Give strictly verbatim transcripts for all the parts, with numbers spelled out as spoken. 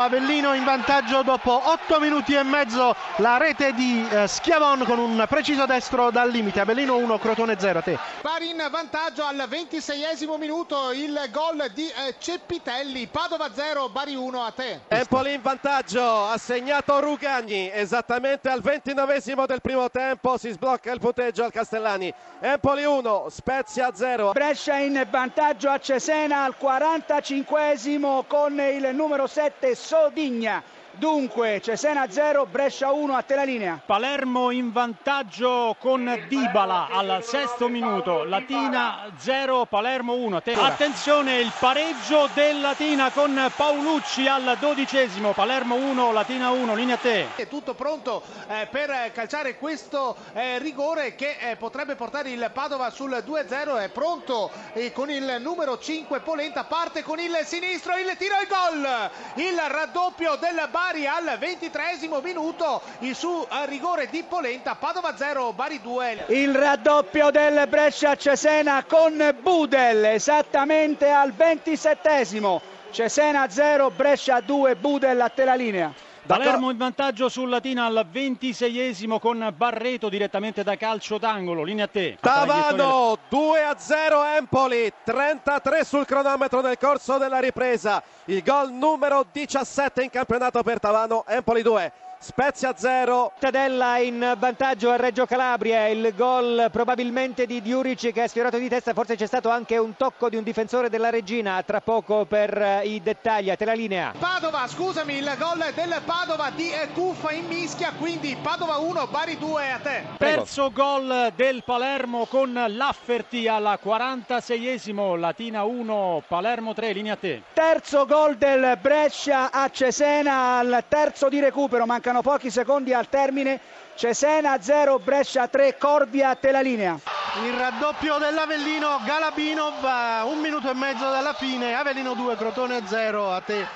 Avellino in vantaggio dopo otto minuti e mezzo, la rete di eh, Schiavon con un preciso destro dal limite. Avellino uno, Crotone zero. A te. Bari in vantaggio al ventiseiesimo minuto, il gol di eh, Ceppitelli. Padova zero, Bari uno. A te. Empoli in vantaggio, ha segnato Rugagni esattamente al ventinovesimo del primo tempo, si sblocca il punteggio al Castellani. Empoli uno, Spezia zero. Brescia in vantaggio a Cesena al quarantacinquesimo con il numero sette Sodigna. Dunque Cesena zero, Brescia uno. A te la linea. Palermo in vantaggio con Dybala al sesto minuto, Latina zero, Palermo uno. A te. Attenzione, il pareggio del Latina con Paolucci al dodicesimo, Palermo uno, Latina uno. Linea a te. È tutto pronto eh, per calciare questo eh, rigore che eh, potrebbe portare il Padova sul due a zero. È pronto eh, con il numero cinque Polenta, parte con il sinistro, il tiro e gol, il raddoppio del Bari al ventitreesimo minuto, il su eh, rigore di Polenta. Padova zero, Bari due. Il raddoppio del Brescia Cesena con Budel esattamente al ventisettesimo. Cesena zero, Brescia due, Budel. A te la linea. Palermo in vantaggio sul Latina al ventiseiesimo con Barreto direttamente da calcio d'angolo. Linea a te. Tavano due a zero Empoli, trentatré sul cronometro nel corso della ripresa. Il gol numero diciassette in campionato per Tavano. Empoli due, Spezia zero. Tadella in vantaggio a Reggio Calabria, il gol probabilmente di Diurici che ha sfiorato di testa, forse c'è stato anche un tocco di un difensore della Regina. Tra poco per i dettagli. A te la linea. Padova, scusami, il gol del Padova di Cuffa in mischia, quindi Padova uno, Bari due. A te. Terzo gol del Palermo con Lafferty al quarantaseiesimo, Latina uno, Palermo tre. Linea a te. Terzo gol del Brescia a Cesena al terzo di recupero, mancano pochi secondi al termine. Cesena zero, Brescia tre. Corvia, a te la linea. Il raddoppio dell'Avellino, Galabinov, un minuto e mezzo dalla fine. Avellino due, Crotone zero. A te.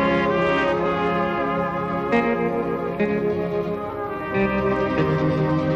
Thank you.